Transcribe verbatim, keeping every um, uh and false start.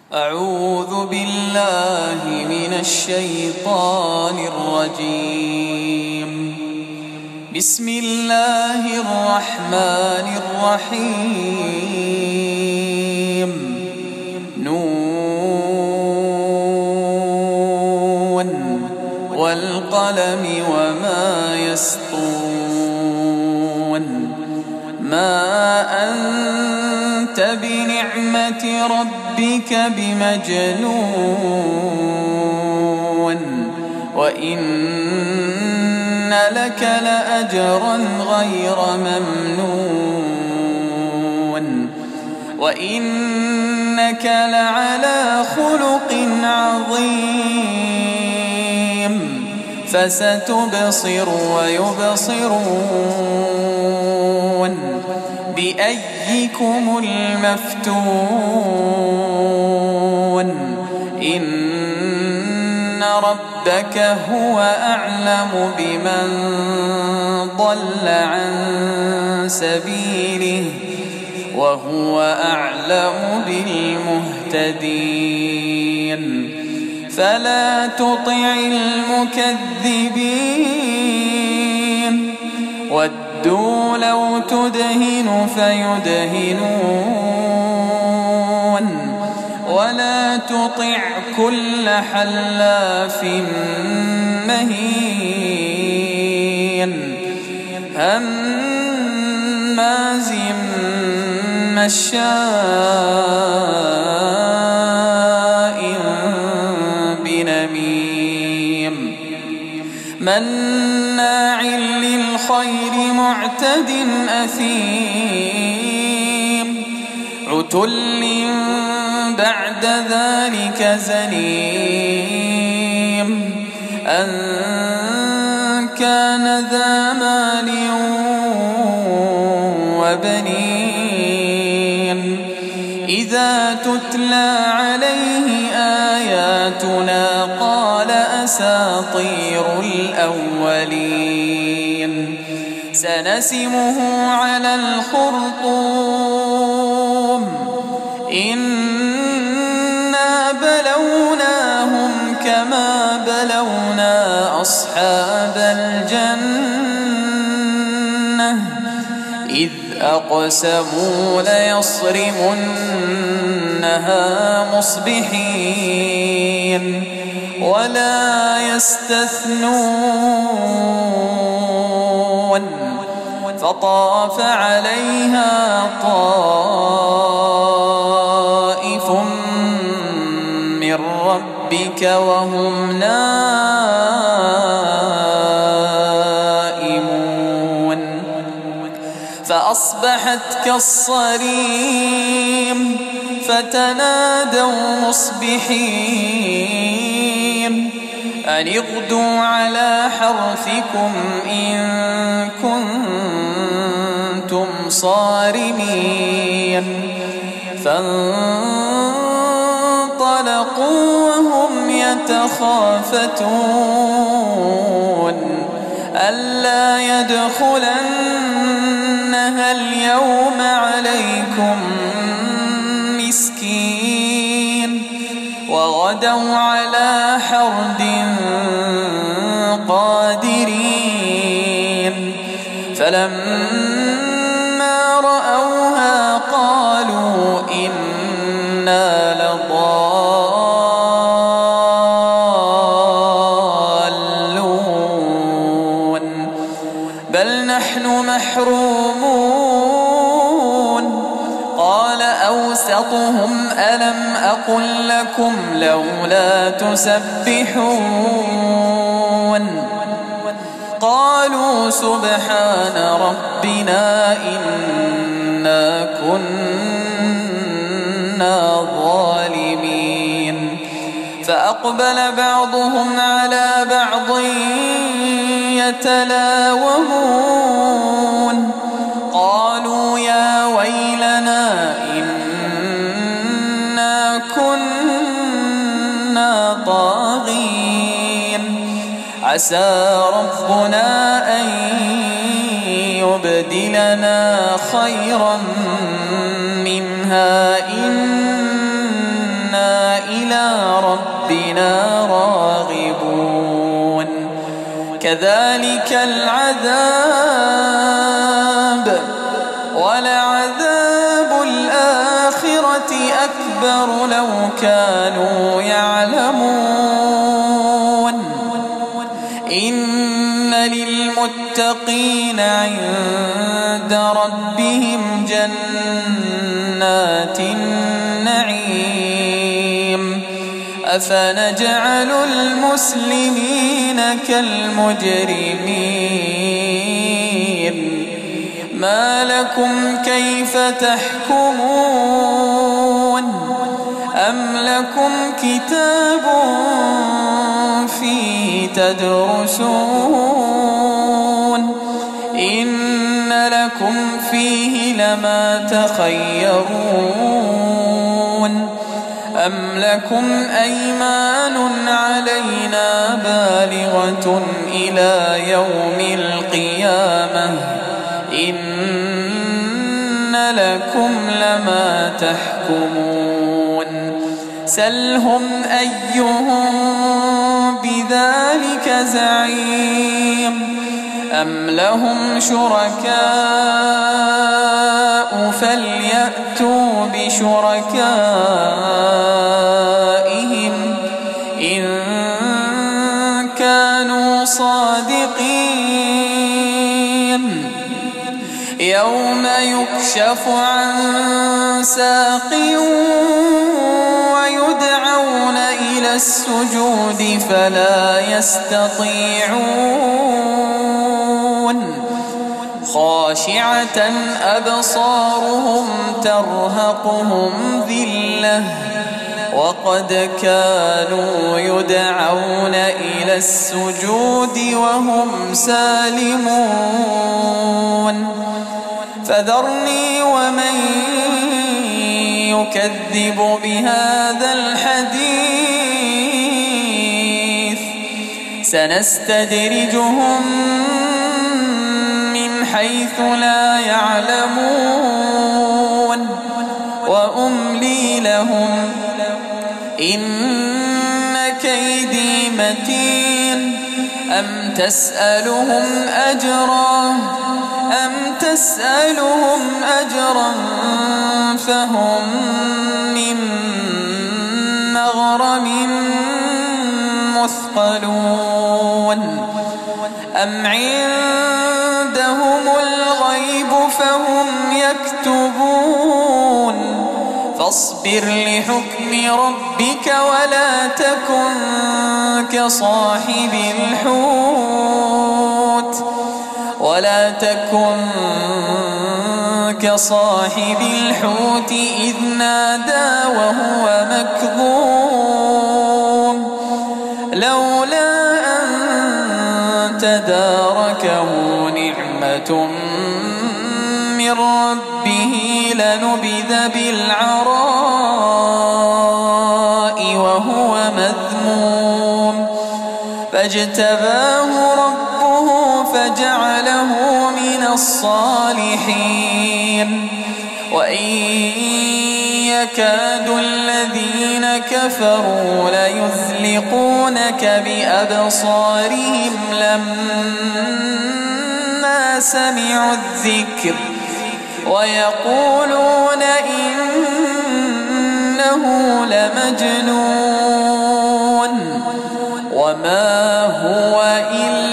أعوذ بالله من الشيطان الرجيم. بسم الله الرحمن الرحيم. نون والقلم وما يسطرون. ما أنت بنعمة ربك بمجنون وإن لك لأجرا غير ممنون وإنك لعلى خلق عظيم. فستبصر ويبصرون بأيكم المفتون. إن ربك هو أعلم بمن ضل عن سبيله وهو أعلم بالمهتدين. فلا تطع المكذبين ودوا لو تدهن فيدهنون ولا تطع كل حلاف مهين هماز مشاء بنميم مناع للخير معتد أثيم عتل بعد ذلك زنيم أن كان ذا مال وبنين إذا تتلى عليه آياتنا قال أساطير الأولين. سنسمه على الخرطوم إنا بلوناهم كما بلونا أصحاب الجنة إذ أقسموا ليصرمنها مصبحين ولا يستثنون. فطاف عليها طائف من ربك وهم نائمون فأصبحت كالصريم فتنادوا مصبحين أن اغدوا على حرثكم إن كنتم صارمين. فانطلقوا وهم يتخافتون ألا يدخلنها اليوم عليكم مسكين وغدوا على حرد قادرين. فلما رأوها قالوا إنا لضالون بل نحن محرومون. قال أوسطهم ألم أقل لكم لولا تسبحون. قالوا سبحان ربنا إنا كنا ظالمين. فأقبل بعضهم على بعض يتلاومون قالوا يا ويلنا إنا كنا طاغين. عسى ربنا أن يبدلنا خيرا منها إنا ربنا راغبون كذلك العذاب ولعذاب الآخرة أكبر لو كانوا يعلمون إن للمتقين عند ربهم جنات النعيم أفنجعل المسلمين كالمجرمين ما لكم كيف تحكمون أم لكم كتاب فيه تدرسون إن لكم فيه لما تخيرون أم لكم أيمان علينا بالغة إلى يوم القيامة إن لكم لما تحكمون سلهم أيهم بذلك زعيم أم لهم شركاء فليأتوا بشركائهم إن كانوا صادقين يوم يكشف عن ساق ويدعون إلى السجود فلا يستطيعون خاشعة أبصارهم ترهقهم ذلة وقد كانوا يدعون إلى السجود وهم سالمون فذرني ومن يكذب بهذا الحديث سنستدرجهم من حيث لا يعلمون وأملي لهم إن كيدي متين أم تسألهم أجرا أم تسألهم أجرا فهم من مغرم مثقلون أم عندهم الغيب فهم يكتبون فاصبر لحكم ربك ولا تكن كصاحب الحوت ولا تكن كصاحب الحوت إذ نادى وهو مكظوم لولا أن تداركه نعمة من ربه لنبذ بالعراء وهو مذموم فاجتباه ربه فجعله من الصالحين وإن يكاد الذين كفروا ليزلقونك بأبصارهم لما سمعوا الذكر ويقولون إنه لمجنون وما هو إلا